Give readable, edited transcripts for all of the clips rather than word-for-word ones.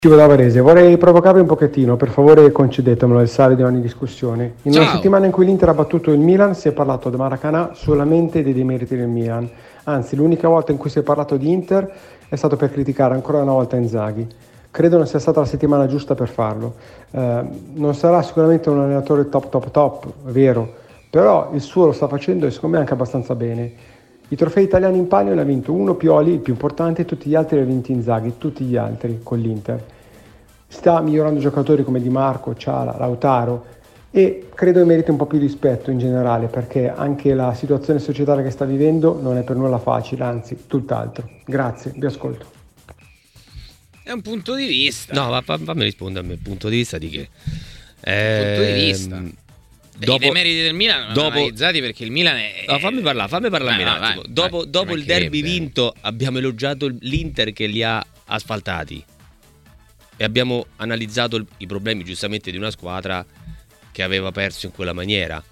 Cibo da Varese, vorrei provocarvi un pochettino, per favore concedetemelo il sale di ogni discussione. In una settimana in cui l'Inter ha battuto il Milan si è parlato da Maracanã solamente dei demeriti del Milan, anzi l'unica volta in cui si è parlato di Inter è stato per criticare ancora una volta Inzaghi. Credo non sia stata la settimana giusta per farlo. Non sarà sicuramente un allenatore top, è vero, però il suo lo sta facendo e secondo me anche abbastanza bene. I trofei italiani in palio ne ha vinto uno Pioli, il più importante, e tutti gli altri li ha vinti Inzaghi, tutti gli altri con l'Inter. Sta migliorando giocatori come Di Marco, Ciala, Lautaro e credo che meriti un po' più di rispetto in generale, perché anche la situazione societaria che sta vivendo non è per nulla facile, anzi tutt'altro. Grazie, vi ascolto. È un punto di vista. No, fammi rispondere a me, punto di vista di che? Punto di vista. I demeriti del Milan non analizzati perché il Milan è... No, fammi parlare un attimo. Dopo il derby vinto abbiamo elogiato l'Inter che li ha asfaltati e abbiamo analizzato i problemi giustamente di una squadra che aveva perso in quella maniera.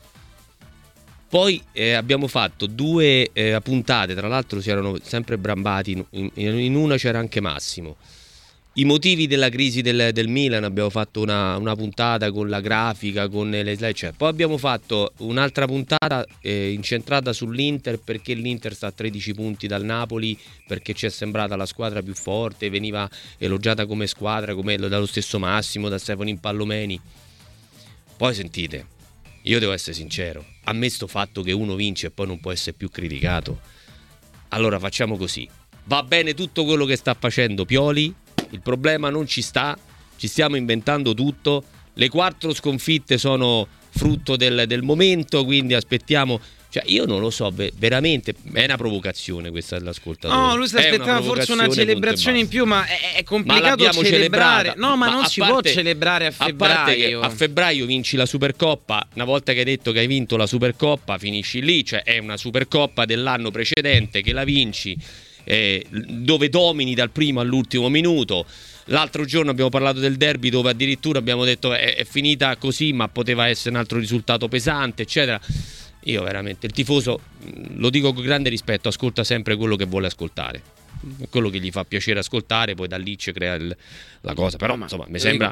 Poi abbiamo fatto due puntate, tra l'altro si erano sempre brambati, in una c'era anche Massimo. I motivi della crisi del Milan, abbiamo fatto una puntata con la grafica, con le slide, cioè. Poi abbiamo fatto un'altra puntata incentrata sull'Inter, perché l'Inter sta a 13 punti dal Napoli, perché ci è sembrata la squadra più forte, veniva elogiata come squadra, come dallo stesso Massimo, da Stefano Impallomeni. Poi sentite, io devo essere sincero, a me sto fatto che uno vince e poi non può essere più criticato. Allora facciamo così, va bene tutto quello che sta facendo Pioli, il problema non ci sta, ci stiamo inventando tutto, le 4 sconfitte sono frutto del momento, quindi aspettiamo, cioè io non lo so, veramente è una provocazione questa dell'ascoltatore. No, lui si aspettava forse una celebrazione in più, ma è complicato celebrare. No, ma non si può celebrare a febbraio. A parte che a febbraio vinci la Supercoppa, una volta che hai detto che hai vinto la Supercoppa finisci lì, cioè è una Supercoppa dell'anno precedente che la vinci, dove domini dal primo all'ultimo minuto. L'altro giorno abbiamo parlato del derby, dove addirittura abbiamo detto è finita così, ma poteva essere un altro risultato pesante, eccetera. Io veramente, il tifoso, lo dico con grande rispetto, ascolta sempre quello che vuole ascoltare, quello che gli fa piacere ascoltare, poi da lì ci crea la cosa. Però insomma mi sembra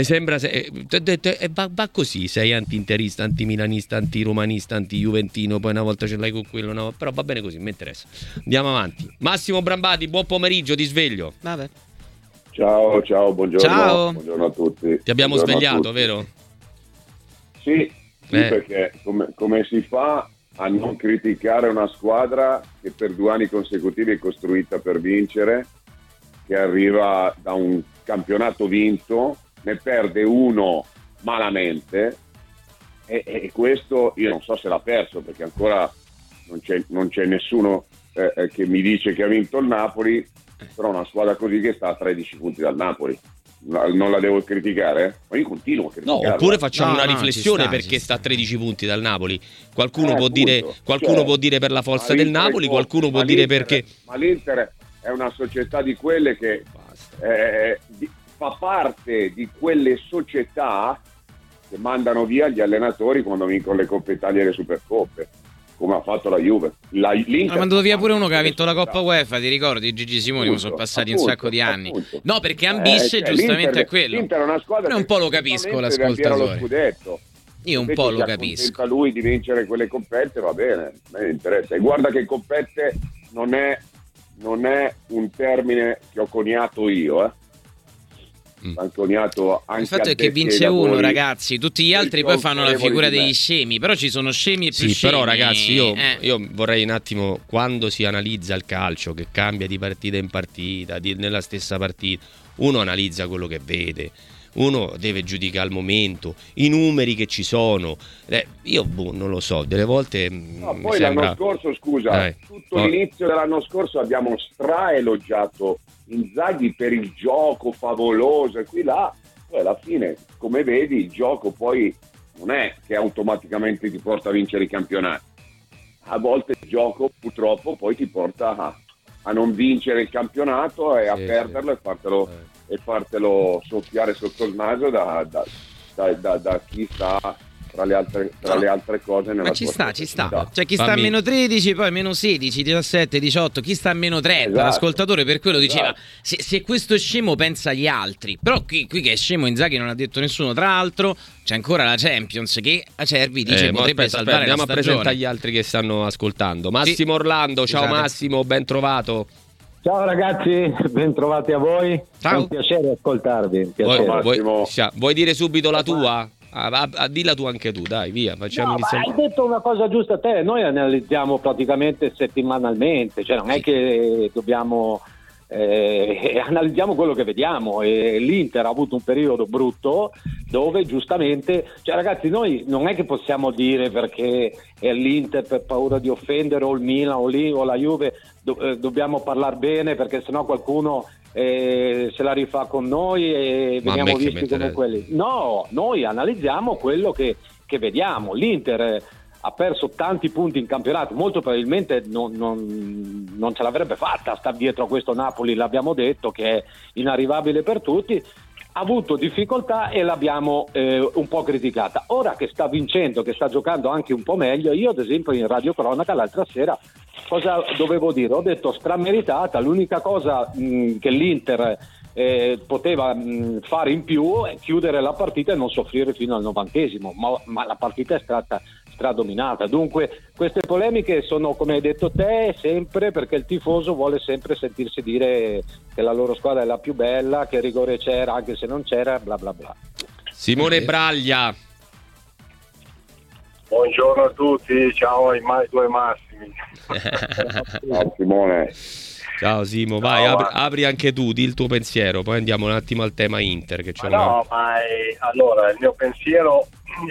va così, sei anti-interista, anti-milanista, anti-romanista, anti-juventino, poi una volta ce l'hai con quello, no, però va bene così, mi interessa. Andiamo avanti. Massimo Brambati, buon pomeriggio, ti sveglio. Vabbè. Ciao, buongiorno. Ciao. Buongiorno a tutti. Ti abbiamo svegliato, vero? Sì, perché come si fa a non criticare una squadra che per 2 anni consecutivi è costruita per vincere, che arriva da un campionato vinto, ne perde uno malamente e questo io non so se l'ha perso, perché ancora non c'è nessuno che mi dice che ha vinto il Napoli, però una squadra così che sta a 13 punti dal Napoli. Non la devo criticare? Ma io continuo a criticare. No, oppure facciamo una riflessione, perché sta a 13 punti dal Napoli. Qualcuno può dire può dire per la forza del Napoli, qualcuno può dire perché. Ma l'Inter è una società di quelle che fa parte di quelle società che mandano via gli allenatori quando vincono le Coppe Italia e le Supercoppe, come ha fatto la Juve. Ha mandato via pure uno che ha vinto la Coppa UEFA, ti ricordi? Gigi Simoni, ma sono passati un sacco di anni. No, perché ambisce giustamente a quello. L'Inter è una squadra che un po' lo capisco l'ascoltatore. Io un po' lo capisco. Lui di vincere quelle coppette, va bene, a me interessa. E guarda che coppette non è un termine che ho coniato io, anche il fatto è che vince uno, ragazzi, tutti gli altri poi fanno la figura degli scemi, però ci sono scemi e più scemi. Però ragazzi, io vorrei un attimo, quando si analizza il calcio che cambia di partita in partita, nella stessa partita, uno analizza quello che vede, uno deve giudicare al momento, i numeri che ci sono. Io non lo so, delle volte poi sembra... l'anno scorso, scusa, tutto l'inizio dell'anno scorso abbiamo elogiato Inzaghi per il gioco favoloso e qui là, poi alla fine, come vedi, il gioco poi non è che automaticamente ti porta a vincere i campionati. A volte il gioco purtroppo poi ti porta a non vincere il campionato e a perderlo e fartelo soffiare sotto il naso da chi sta tra le altre cose nella ma ci sta. Cioè chi sta a meno 13, poi meno 16, 17, 18, chi sta a meno 30, esatto. L'ascoltatore per quello diceva se questo è scemo pensa agli altri, però qui che è scemo Inzaghi non ha detto nessuno, tra l'altro c'è ancora la Champions che Acerbi dice potrebbe salvare la stagione. Andiamo a presentare gli altri che stanno ascoltando. Massimo Orlando, ciao Massimo, ben trovato. Ciao ragazzi, ben trovati a voi. Ciao. È un piacere ascoltarvi. Vuoi dire subito la tua? Dilla tu anche tu, dai, via. Hai detto una cosa giusta te, noi analizziamo praticamente settimanalmente, cioè non è che dobbiamo analizziamo quello che vediamo, e l'Inter ha avuto un periodo brutto dove giustamente, cioè ragazzi, noi non è che possiamo dire perché è l'Inter per paura di offendere o il Milan o la Juve dobbiamo parlare bene perché sennò qualcuno se la rifà con noi e veniamo visti come quelli. No, noi analizziamo quello che vediamo. L'Inter ha perso tanti punti in campionato, molto probabilmente non ce l'avrebbe fatta a star dietro a questo Napoli, l'abbiamo detto, che è inarrivabile per tutti. Ha avuto difficoltà e l'abbiamo un po' criticata. Ora che sta vincendo, che sta giocando anche un po' meglio, io ad esempio in Radio Cronaca l'altra sera cosa dovevo dire? Ho detto strameritata, l'unica cosa che l'Inter poteva fare in più è chiudere la partita e non soffrire fino al 90°, ma la partita è stata stradominata. Dunque queste polemiche sono, come hai detto te, sempre perché il tifoso vuole sempre sentirsi dire che la loro squadra è la più bella, che il rigore c'era anche se non c'era, bla bla bla. Simone Braglia. Buongiorno a tutti, ciao ai due Massimi. Ciao Simone. Ciao Simo, vai, apri anche tu, di il tuo pensiero, poi andiamo un attimo al tema Inter. Che c'è allora il mio pensiero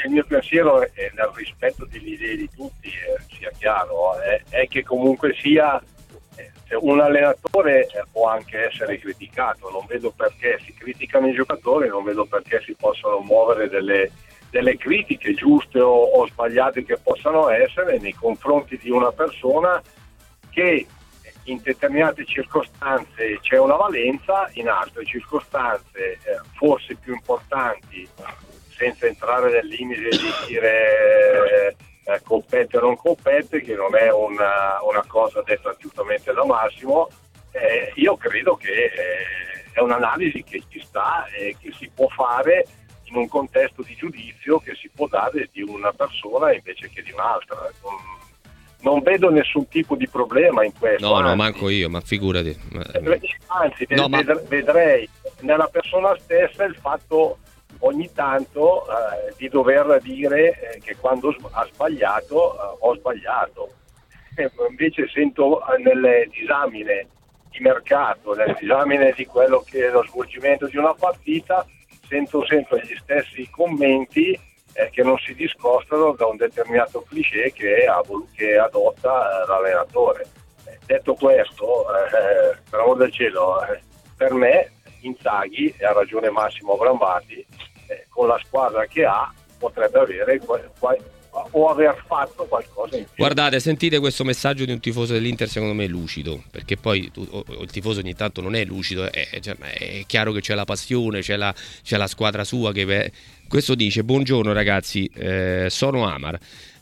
è nel rispetto delle idee di tutti, sia chiaro, è che comunque sia un allenatore può anche essere criticato, non vedo perché si criticano i giocatori, non vedo perché si possono muovere delle critiche giuste o sbagliate che possano essere nei confronti di una persona che in determinate circostanze c'è una valenza, in altre circostanze forse più importanti, senza entrare nel limite di dire compete o non compete, che non è una cosa detta giustamente da Massimo. Io credo che è un'analisi che ci sta e che si può fare in un contesto di giudizio che si può dare di una persona invece che di un'altra. Non vedo nessun tipo di problema in questo. No, manco io, ma figurati. Anzi, vedrei nella persona stessa il fatto ogni tanto di dover dire che quando ha sbagliato ho sbagliato. Invece sento nelle disamine di mercato, nelle disamine di quello che è lo svolgimento di una partita, sento sempre gli stessi commenti che non si discostano da un determinato cliché che adotta l'allenatore. Detto questo, per amor del cielo, per me Inzaghi, e ha ragione Massimo Brambati, con la squadra che ha potrebbe avere o aver fatto qualcosa in più. Guardate, sentite questo messaggio di un tifoso dell'Inter, secondo me lucido, perché poi il tifoso ogni tanto non è lucido, è chiaro che c'è la passione, c'è la squadra sua che... Questo dice: buongiorno ragazzi, sono Amar,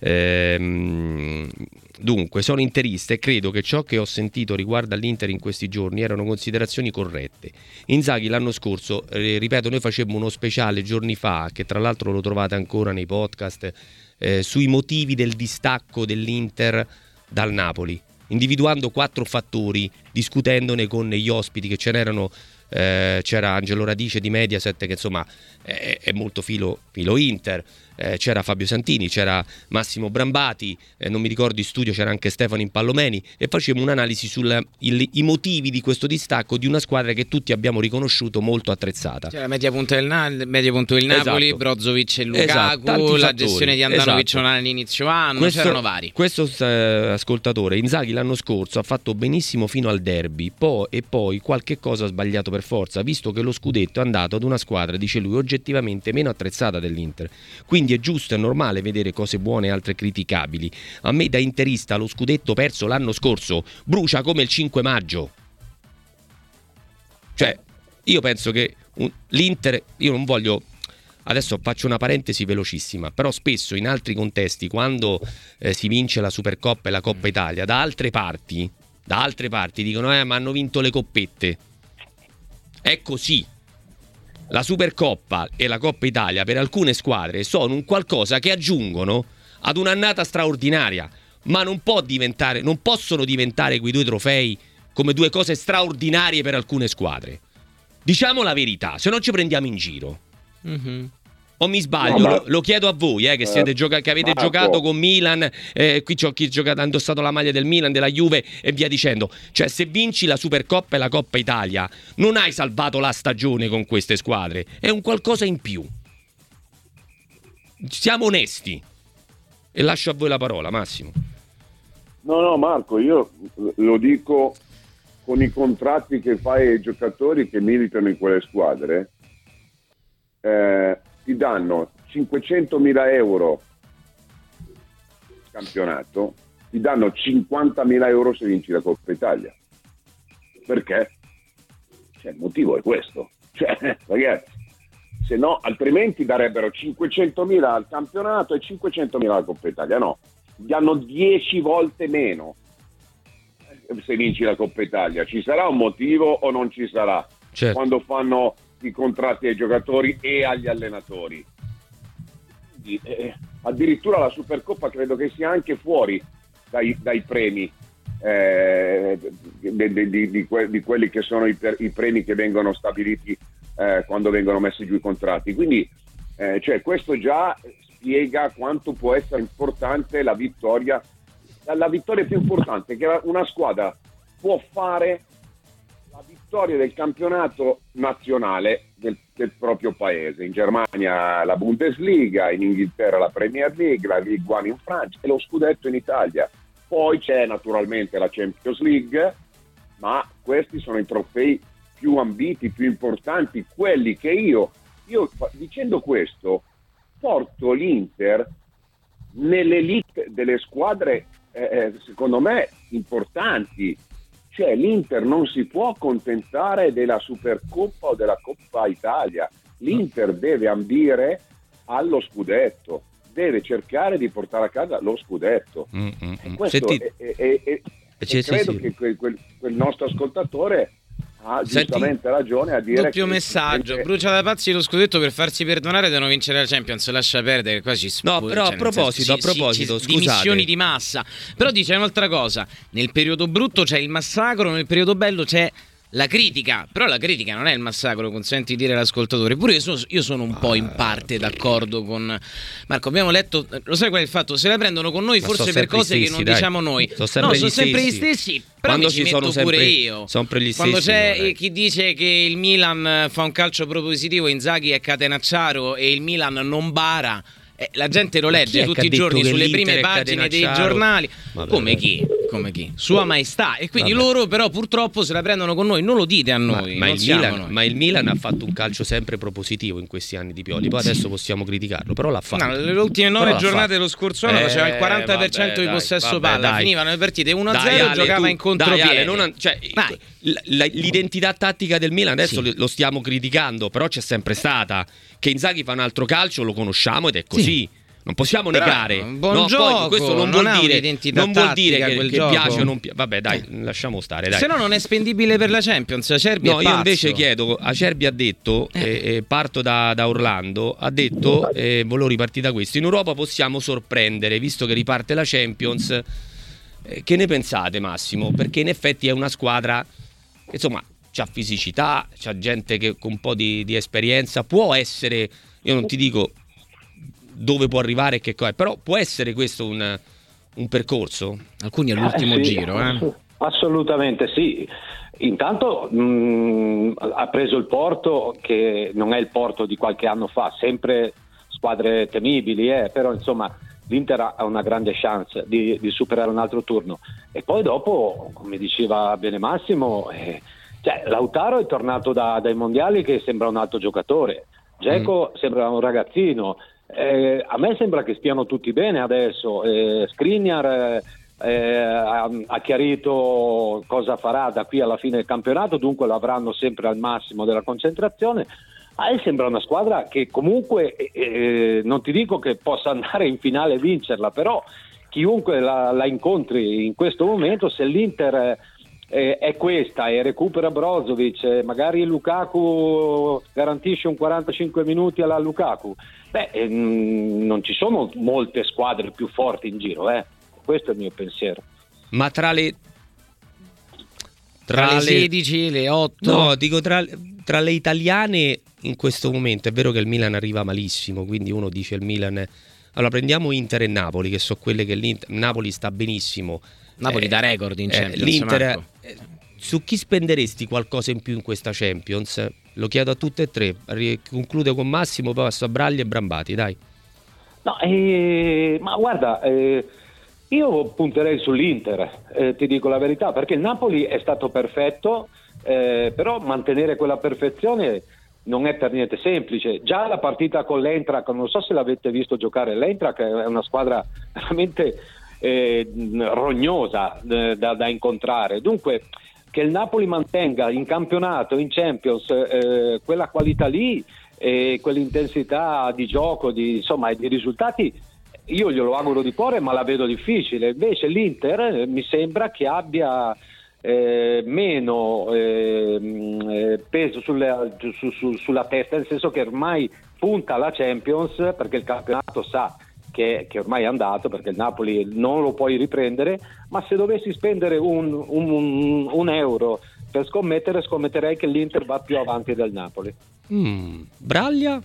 dunque sono interista e credo che ciò che ho sentito riguardo all'Inter in questi giorni erano considerazioni corrette. Inzaghi l'anno scorso, ripeto, noi facemmo uno speciale giorni fa, che tra l'altro lo trovate ancora nei podcast, sui motivi del distacco dell'Inter dal Napoli, individuando 4 fattori, discutendone con gli ospiti che ce n'erano. C'era Angelo Radice di Mediaset, che insomma è molto filo Inter, c'era Fabio Santini, c'era Massimo Brambati, non mi ricordo in studio c'era anche Stefano Impallomeni, e facevamo un'analisi sui motivi di questo distacco di una squadra che tutti abbiamo riconosciuto molto attrezzata. C'era media punto del Napoli, esatto. Brozovic e Lukaku, esatto, la gestione di Andanovic, esatto, all'inizio anno, c'erano vari. Questo ascoltatore, Inzaghi l'anno scorso ha fatto benissimo fino al derby, e poi qualche cosa ha sbagliato per forza, visto che lo scudetto è andato ad una squadra, dice lui, oggettivamente meno attrezzata dell'Inter. Quindi è giusto e normale vedere cose buone e altre criticabili. A me da interista lo scudetto perso l'anno scorso brucia come il 5 maggio. Cioè, io penso che l'Inter, io non voglio Adesso faccio una parentesi velocissima, però spesso in altri contesti, quando si vince la Supercoppa e la Coppa Italia, da altre parti dicono ma hanno vinto le coppette. È così. La Supercoppa e la Coppa Italia per alcune squadre sono un qualcosa che aggiungono ad un'annata straordinaria, ma non possono diventare quei due trofei come due cose straordinarie per alcune squadre. Diciamo la verità, se non ci prendiamo in giro. O mi sbaglio? No, lo chiedo a voi che siete che avete giocato con Milan, qui c'ho chi ha indossato la maglia del Milan, della Juve e via dicendo. Cioè, se vinci la Supercoppa e la Coppa Italia non hai salvato la stagione con queste squadre, è un qualcosa in più. Siamo onesti. E lascio a voi la parola, Massimo. No, Marco, io lo dico con i contratti che fai ai giocatori che militano in quelle squadre. Ti danno 500.000 euro campionato, ti danno 50.000 euro se vinci la Coppa Italia. Perché? Il motivo è questo. Ragazzi, se no, altrimenti darebbero 500.000 al campionato e 500.000 alla Coppa Italia. No, ti danno 10 volte meno se vinci la Coppa Italia. Ci sarà un motivo o non ci sarà? Certo. Quando fanno i contratti ai giocatori e agli allenatori. Quindi, addirittura la Supercoppa credo che sia anche fuori dai premi di quelli che sono i premi che vengono stabiliti quando vengono messi giù i contratti. Quindi questo già spiega quanto può essere importante la vittoria più importante che una squadra può fare, la vittoria del campionato nazionale del proprio paese. In Germania la Bundesliga, in Inghilterra la Premier League, la Ligue 1 in Francia e lo scudetto in Italia. Poi c'è naturalmente la Champions League, ma questi sono i trofei più ambiti, più importanti, quelli che io dicendo questo porto l'Inter nell'elite delle squadre secondo me importanti. Cioè l'Inter non si può accontentare della Supercoppa o della Coppa Italia, l'Inter deve ambire allo scudetto, deve cercare di portare a casa lo scudetto. E questo credo che quel nostro ascoltatore ha giustamente ragione a dire doppio messaggio, brucia da pazzi lo scudetto per farsi perdonare devono vincere la Champions, lascia perdere, qua ci no, però a proposito, scusate, dimissioni di massa. Però dice un'altra cosa: nel periodo brutto c'è il massacro, nel periodo bello c'è la critica, però la critica non è il massacro, consenti di dire l'ascoltatore. Pure io sono un po' in parte d'accordo con Marco. Abbiamo letto, lo sai qual è il fatto? Se la prendono con noi forse per cose che non diciamo noi. Sono sempre gli stessi. Però quando ci sono pure io. Quando c'è chi dice che il Milan fa un calcio propositivo, Inzaghi è catenacciaro e il Milan non bara, la gente lo legge tutti i giorni sulle prime pagine dei giornali. Come chi? Sua Maestà. E quindi loro però purtroppo se la prendono con noi. Non lo dite a noi. Ma il Milan ha fatto un calcio sempre propositivo in questi anni di Pioli. Poi adesso possiamo criticarlo, però l'ha fatto. Le ultime 9 giornate dello scorso anno faceva il 40% di possesso palla. Finivano le partite 1-0, giocava in contropiede. L'identità tattica del Milan adesso lo stiamo criticando, però c'è sempre stata. Che Inzaghi fa un altro calcio lo conosciamo ed è così. Non possiamo negare. Buon gioco, poi questo non vuol dire che piace o non piace. Vabbè, dai, lasciamo stare. Dai. Se no non è spendibile per la Champions. Acerbi io invece chiedo. Acerbi ha detto, parto da Orlando, ha detto, volevo ripartire da questo. In Europa possiamo sorprendere, visto che riparte la Champions. Che ne pensate, Massimo? Perché in effetti è una squadra che insomma c'ha fisicità, c'ha gente che con un po' di esperienza può essere, io non ti dico dove può arrivare e che cosa, però può essere questo un percorso? Alcuni all'ultimo giro. Assolutamente sì. Intanto ha preso il Porto, che non è il Porto di qualche anno fa, sempre squadre temibili, però insomma l'Inter ha una grande chance di superare un altro turno. E poi dopo, come diceva bene Massimo, Lautaro è tornato dai mondiali che sembra un altro giocatore, Dzeko sembra un ragazzino, a me sembra che stiano tutti bene adesso. Skriniar ha chiarito cosa farà da qui alla fine del campionato, dunque lo avranno sempre al massimo della concentrazione. Sembra una squadra che comunque non ti dico che possa andare in finale e vincerla, però chiunque la incontri in questo momento, se l'Inter è questa e recupera Brozovic, magari Lukaku garantisce un 45 minuti alla Lukaku, non ci sono molte squadre più forti in giro, questo è il mio pensiero. Ma tra le 16, le 8, no, dico tra le italiane in questo momento. È vero che il Milan arriva malissimo, quindi uno dice il Milan. Allora prendiamo Inter e Napoli, che so quelle che Napoli sta benissimo. Napoli da record in Champions. L'Inter, su chi spenderesti qualcosa in più in questa Champions? Lo chiedo a tutte e tre. Concludo con Massimo, poi passo a Braglia e Brambati, dai. No, ma guarda, io punterei sull'Inter, ti dico la verità, perché il Napoli è stato perfetto, però mantenere quella perfezione non è per niente semplice. Già la partita con l'Eintracht, non so se l'avete visto giocare, l'Eintracht è una squadra veramente rognosa da incontrare, dunque che il Napoli mantenga in campionato, in Champions, quella qualità lì e quell'intensità di gioco, di risultati, io glielo auguro di cuore, ma la vedo difficile. Invece l'Inter mi sembra che abbia meno peso sulla testa, nel senso che ormai punta alla Champions, perché il campionato sa che ormai è andato, perché il Napoli non lo puoi riprendere, ma se dovessi spendere un euro per scommetterei che l'Inter va più avanti del Napoli. Braglia?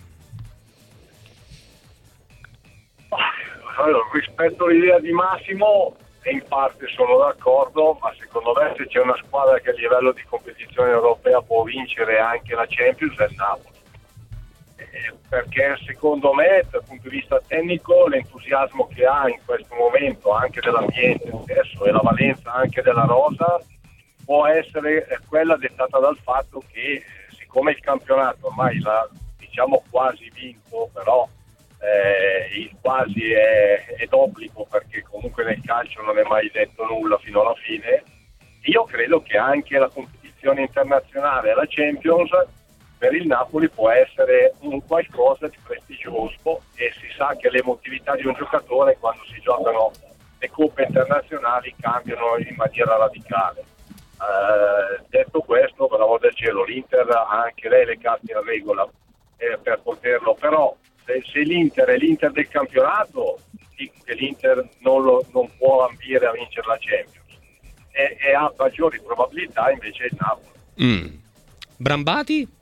Allora, rispetto all'idea di Massimo, in parte sono d'accordo, ma secondo me se c'è una squadra che a livello di competizione europea può vincere anche la Champions è il Napoli. Perché secondo me dal punto di vista tecnico l'entusiasmo che ha in questo momento anche dell'ambiente stesso e la valenza anche della rosa può essere quella dettata dal fatto che siccome il campionato ormai l'ha diciamo quasi vinto, però il quasi è d'obbligo, perché comunque nel calcio non è mai detto nulla fino alla fine, io credo che anche la competizione internazionale, la Champions, per il Napoli può essere un qualcosa di prestigioso, e si sa che l'emotività di un giocatore quando si giocano le coppe internazionali cambiano in maniera radicale. Detto questo, per l'amor del cielo, l'Inter ha anche lei le carte in regola per poterlo, però se l'Inter è l'Inter del campionato, dico che l'Inter non può ambire a vincere la Champions, e ha maggiori probabilità invece il Napoli. Brambati?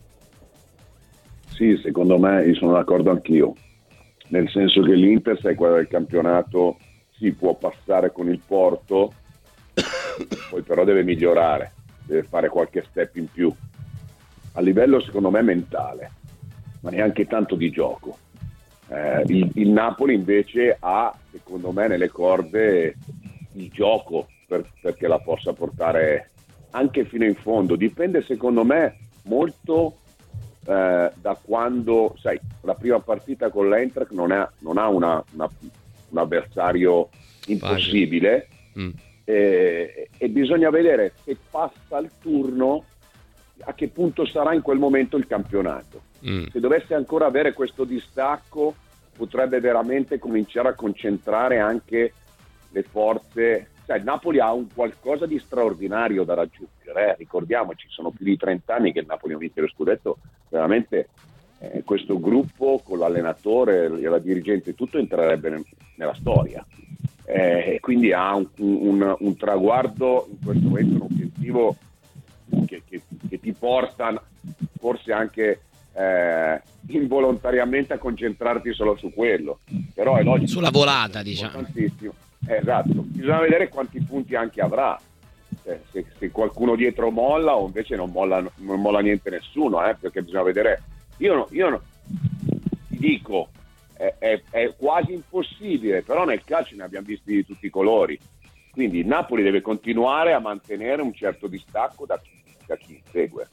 Sì, secondo me, io sono d'accordo anch'io, nel senso che l'Inter, se è quella del campionato, si può passare con il Porto, poi però deve migliorare, deve fare qualche step in più a livello secondo me mentale, ma neanche tanto di gioco. Il Napoli invece ha secondo me nelle corde il gioco perché la possa portare anche fino in fondo. Dipende secondo me molto da quando, sai, la prima partita con l'Eintracht non ha un avversario impossibile, e bisogna vedere se passa il turno a che punto sarà in quel momento il campionato. Se dovesse ancora avere questo distacco, potrebbe veramente cominciare a concentrare anche le forze. Sai, il Napoli ha un qualcosa di straordinario da raggiungere, ricordiamoci, sono più di 30 anni che il Napoli ha vinto lo scudetto, veramente questo gruppo con l'allenatore e la dirigente tutto entrerebbe nella storia, quindi ha un traguardo in questo momento, un obiettivo che ti porta forse anche involontariamente a concentrarti solo su quello, però è logico, sulla volata, diciamo. Esatto, bisogna vedere quanti punti anche avrà, se qualcuno dietro molla o invece non molla niente nessuno, perché bisogna vedere. Io ti dico, è quasi impossibile, però nel calcio ne abbiamo visti di tutti i colori, quindi il Napoli deve continuare a mantenere un certo distacco da chi segue.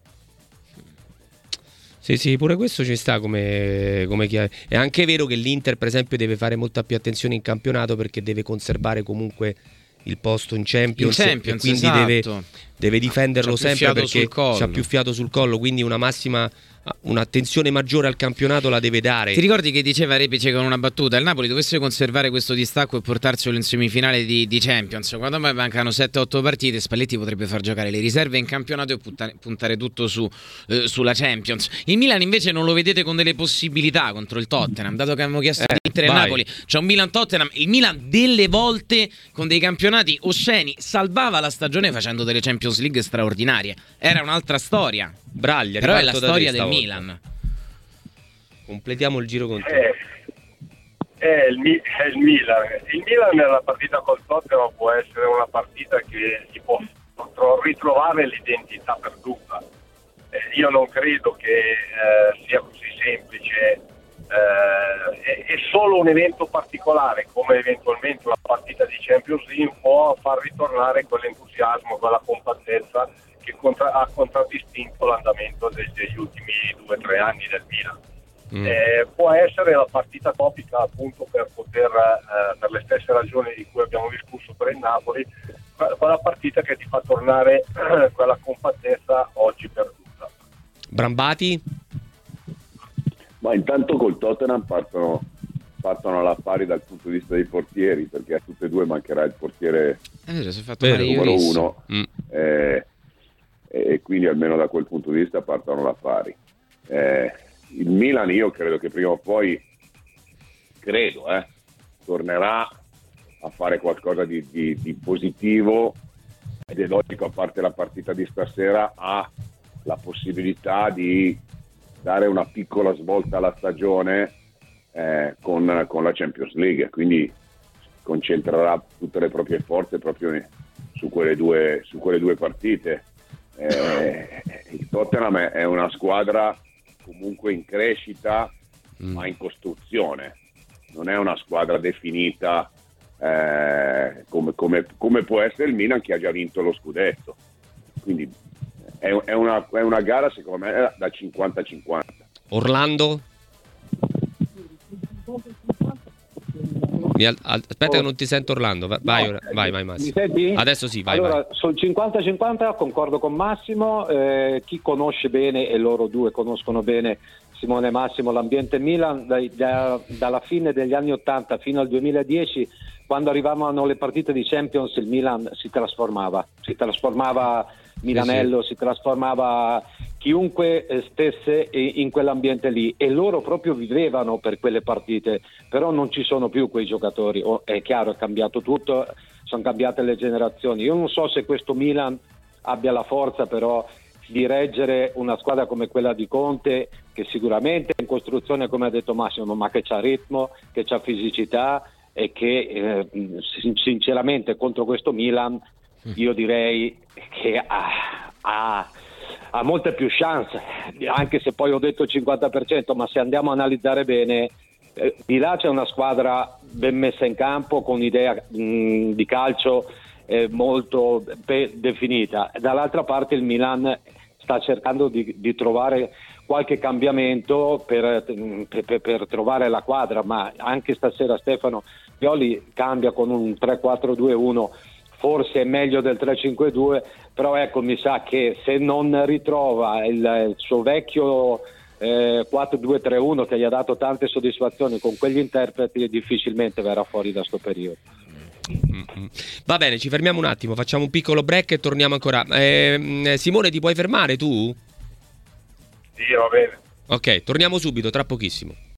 Sì, pure questo ci sta come chiaro. È anche vero che l'Inter, per esempio, deve fare molta più attenzione in campionato perché deve conservare comunque il posto in Champions, e quindi esatto. deve difenderlo sempre perché c'ha più fiato sul collo, quindi un'attenzione maggiore al campionato la deve dare. Ti ricordi che diceva Repice con una battuta: il Napoli dovesse conservare questo distacco e portarselo in semifinale di Champions, quando mai mancano 7-8 partite, Spalletti potrebbe far giocare le riserve in campionato e puntare tutto sulla Champions. Il Milan invece non lo vedete con delle possibilità contro il Tottenham, dato che abbiamo chiesto di Inter e Napoli, c'è un Milan-Tottenham. Il Milan delle volte con dei campionati osceni salvava la stagione facendo delle Champions League straordinarie, era un'altra storia. Braglia, però è la storia del Milan. Completiamo il giro con te. È il Milan. Il Milan nella partita col Tottenham può essere una partita che gli può ritrovare l'identità perduta. Io non credo che sia così semplice. È solo un evento particolare, come eventualmente una partita di Champions League, può far ritornare quell'entusiasmo, quella compattezza che ha contraddistinto l'andamento degli ultimi 2-3 anni del Milan. Può essere la partita topica, appunto, per poter, per le stesse ragioni di cui abbiamo discusso per il Napoli, quella partita che ti fa tornare quella compattezza oggi perduta. Brambati? Ma intanto col Tottenham partono alla pari dal punto di vista dei portieri, perché a tutte e due mancherà il portiere numero 1, e quindi almeno da quel punto di vista partono alla pari. Il Milan, io credo che prima o poi tornerà a fare qualcosa di positivo, ed è logico, a parte la partita di stasera, ha la possibilità di dare una piccola svolta alla stagione con la Champions League, quindi concentrerà tutte le proprie forze proprio su quelle due partite. Il Tottenham è una squadra comunque in crescita, ma in costruzione, non è una squadra definita come può essere il Milan, che ha già vinto lo scudetto, quindi è una gara secondo me da 50-50. Orlando? Aspetta che non ti sento, Orlando. Vai Massimo. Mi senti? Adesso sì, vai. Allora, sul 50-50 concordo con Massimo. Chi conosce bene, e loro due conoscono bene, Simone e Massimo, l'ambiente Milan dalla fine degli anni 80 fino al 2010, quando arrivavano le partite di Champions, il Milan si trasformava Milanello, si trasformava chiunque stesse in quell'ambiente lì, e loro proprio vivevano per quelle partite. Però non ci sono più quei giocatori, è chiaro, è cambiato tutto, sono cambiate le generazioni. Io non so se questo Milan abbia la forza però di reggere una squadra come quella di Conte, che sicuramente è in costruzione, come ha detto Massimo, ma che c'ha ritmo, che c'ha fisicità, e che sinceramente contro questo Milan io direi che ha molte più chance, anche se poi ho detto il 50%, ma se andiamo a analizzare bene, di là c'è una squadra ben messa in campo, con idea di calcio molto definita. Dall'altra parte il Milan sta cercando di trovare qualche cambiamento per trovare la quadra, ma anche stasera Stefano Pioli cambia con un 3-4-2-1, forse è meglio del 3-5-2, però ecco, mi sa che se non ritrova il suo vecchio 4-2-3-1 che gli ha dato tante soddisfazioni con quegli interpreti, difficilmente verrà fuori da sto periodo. Va bene, ci fermiamo un attimo, facciamo un piccolo break e torniamo ancora. Simone, ti puoi fermare tu? Sì, va bene. Ok, torniamo subito, tra pochissimo.